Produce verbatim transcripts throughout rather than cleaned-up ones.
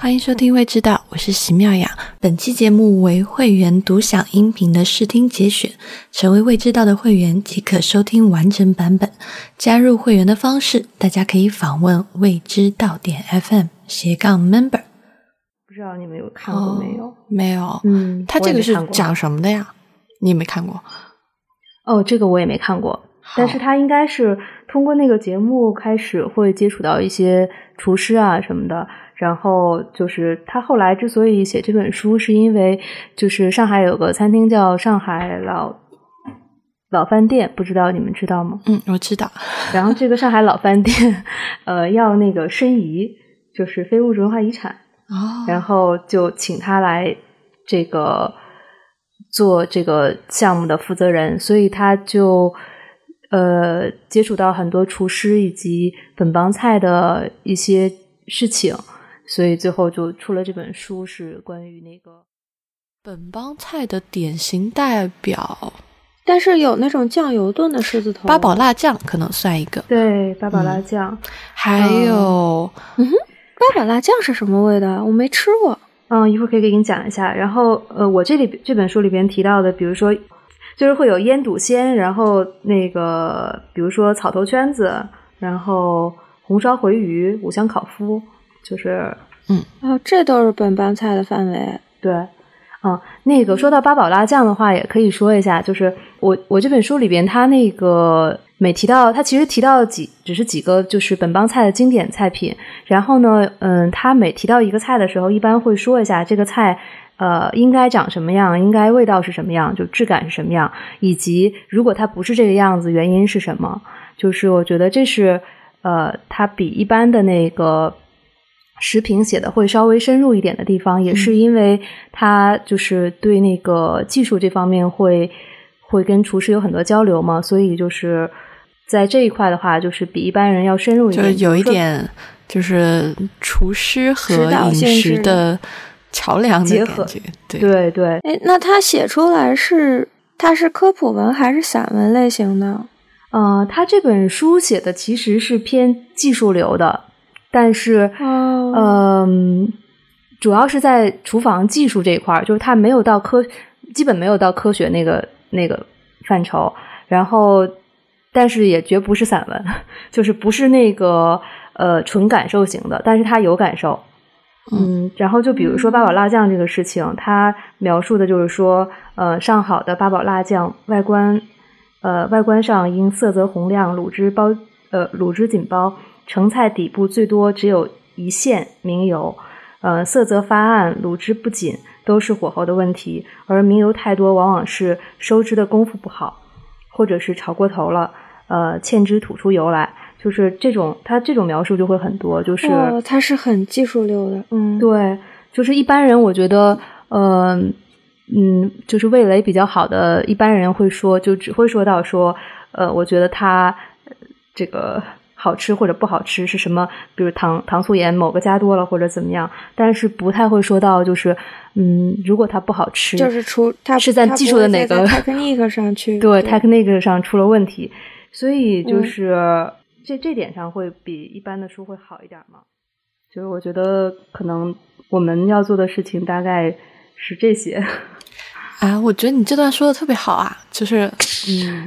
欢迎收听未知道，我是席妙雅。本期节目为会员独享音频的试听节选，成为未知道的会员即可收听完整版本。加入会员的方式，大家可以访问未知道点 F M 斜杠 member。 不知道你们有看过没有？ 哦、没有。 嗯， 它这个是讲什么的呀？你有没看过？ 哦，这个我也没看过。但是他应该是通过那个节目开始会接触到一些厨师啊什么的，然后就是他后来之所以写这本书，是因为就是上海有个餐厅叫上海老老饭店，不知道你们知道吗？ 嗯，我知道。 然后这个上海老饭店呃要那个申遗，就是非物质文化遗产， 哦， 然后就请他来这个做这个项目的负责人，所以他就呃，接触到很多厨师以及本帮菜的一些事情，所以最后就出了这本书，是关于那个本帮菜的典型代表。 但是有那种酱油炖的狮子头， 八宝辣酱可能算一个。 对，八宝辣酱、嗯、 还有嗯哼，八宝辣酱是什么味道？我没吃过。 嗯，一会儿可以给你讲一下。然后呃，我这里这本书里边提到的，比如说就是会有腌笃鲜，然后那个比如说草头圈子，然后红烧回鱼，五香烤麸，就是嗯哦，这都是本帮菜的范围。 对，嗯，那个说到八宝辣酱的话，也可以说一下，就是我我这本书里边，它那个每提到，它其实提到几只是几个就是本帮菜的经典菜品，然后呢，嗯，它每提到一个菜的时候，一般会说一下这个菜。呃，应该长什么样，应该味道是什么样，就质感是什么样，以及如果它不是这个样子，原因是什么。就是我觉得这是呃，它比一般的那个食评写的会稍微深入一点的地方，也是因为它就是对那个技术这方面会会跟厨师有很多交流嘛，所以就是在这一块的话，就是比一般人要深入一点， 就有一点就是厨师和饮食的桥梁的感觉，对对对。 哎，那他写出来是他是科普文还是散文类型的？ 呃，他这本书写的其实是偏技术流的，但是嗯、 哦呃，主要是在厨房技术这一块，就是他没有到科，基本没有到科学那个那个范畴。然后，但是也绝不是散文，就是不是那个呃纯感受型的，但是他有感受。嗯，然后就比如说八宝辣酱这个事情，它描述的就是说，呃，上好的八宝辣酱外观，呃，外观上因色泽红亮，卤汁包，呃，卤汁紧包，盛菜底部最多只有一线明油，呃，色泽发暗，卤汁不紧，都是火候的问题，而明油太多，往往是收汁的功夫不好，或者是炒过头了，呃，芡汁吐出油来。就是这种，他这种描述就会很多，就是哦，他是很技术流的，嗯， 对，就是一般人我觉得，呃，嗯，就是味蕾比较好的一般人会说，就只会说到说，呃，我觉得它这个好吃或者不好吃是什么，比如糖糖醋盐某个加多了或者怎么样，但是不太会说到就是，嗯，如果它不好吃， 就是出它是在技术的哪个 technique 上去， 对 technique 上出了问题，所以就是。嗯这这点上会比一般的书会好一点嘛？就是我觉得可能我们要做的事情大概是这些。 啊，我觉得你这段说的特别好啊，就是嗯，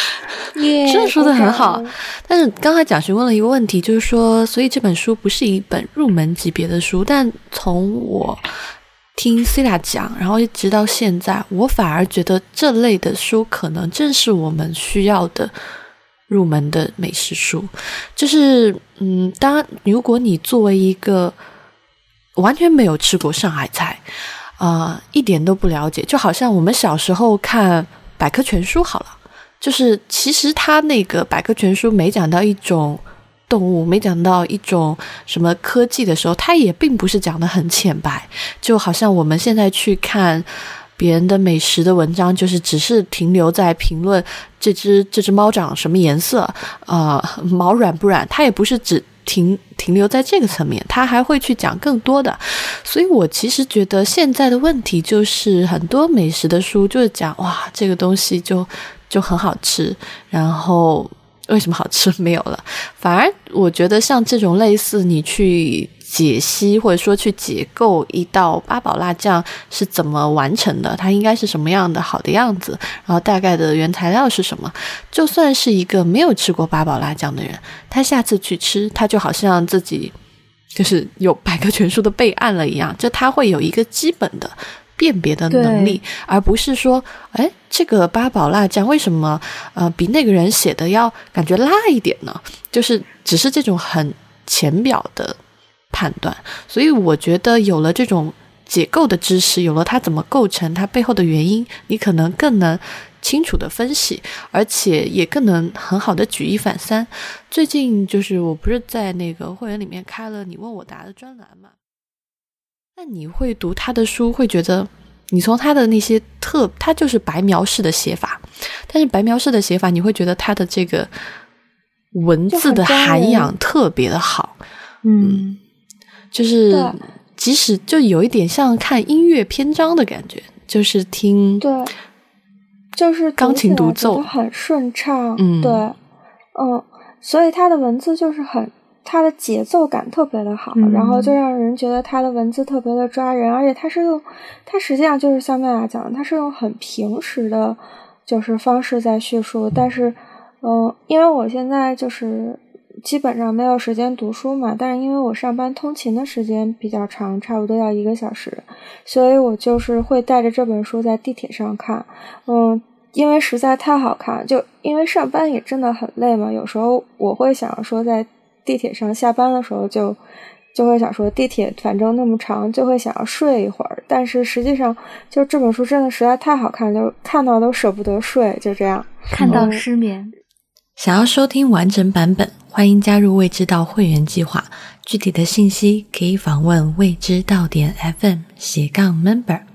yeah, 真的说的很好。但是刚才蒋勋问了一个问题，就是说，所以这本书不是一本入门级别的书，但从我听 Celia 讲，然后一直到现在，我反而觉得这类的书可能正是我们需要的。入门的美食书，就是嗯，当然，如果你作为一个完全没有吃过上海菜，啊、呃，一点都不了解，就好像我们小时候看百科全书好了，就是其实它那个百科全书每讲到一种动物，每讲到一种什么科技的时候，它也并不是讲得很浅白，就好像我们现在去看。别人的美食的文章就是只是停留在评论这只这只猫长什么颜色，呃，毛软不软，它也不是只停停留在这个层面，它还会去讲更多的。所以我其实觉得现在的问题就是很多美食的书就是讲哇这个东西就就很好吃，然后为什么好吃没有了，反而我觉得像这种类似你去解析或者说去解构一道八宝辣酱是怎么完成的，它应该是什么样的好的样子，然后大概的原材料是什么。就算是一个没有吃过八宝辣酱的人，他下次去吃，他就好像自己就是有百科全书的备案了一样，就他会有一个基本的辨别的能力，而不是说哎，这个八宝辣酱为什么呃比那个人写的要感觉辣一点呢？就是只是这种很浅表的判断。所以我觉得有了这种解构的知识，有了它怎么构成，它背后的原因，你可能更能清楚的分析，而且也更能很好的举一反三。最近就是我不是在那个会员里面开了你问我答的专栏嘛，那你会读他的书，会觉得你从他的那些特，他就是白描式的写法，但是白描式的写法你会觉得他的这个文字的涵养特别的好。嗯，就是即使就有一点像看音乐篇章的感觉，就是听对，就是钢琴独奏很顺畅。 嗯， 对，嗯，所以他的文字就是很，他的节奏感特别的好， 嗯、 然后就让人觉得他的文字特别的抓人，而且他是用，他实际上就是像麦雅讲的，他是用很平实的，就是方式在叙述，但是，嗯、呃，因为我现在就是基本上没有时间读书嘛，但是因为我上班通勤的时间比较长，差不多要一个小时，所以我就是会带着这本书在地铁上看，嗯。因为实在太好看，就因为上班也真的很累嘛，有时候我会想说在地铁上下班的时候就就会想说地铁反正那么长，就会想要睡一会儿，但是实际上就这本书真的实在太好看，就看到都舍不得睡，就这样看到失眠、嗯、 想要收听完整版本，欢迎加入未知道会员计划，具体的信息可以访问未知道点 F M 斜杠 member。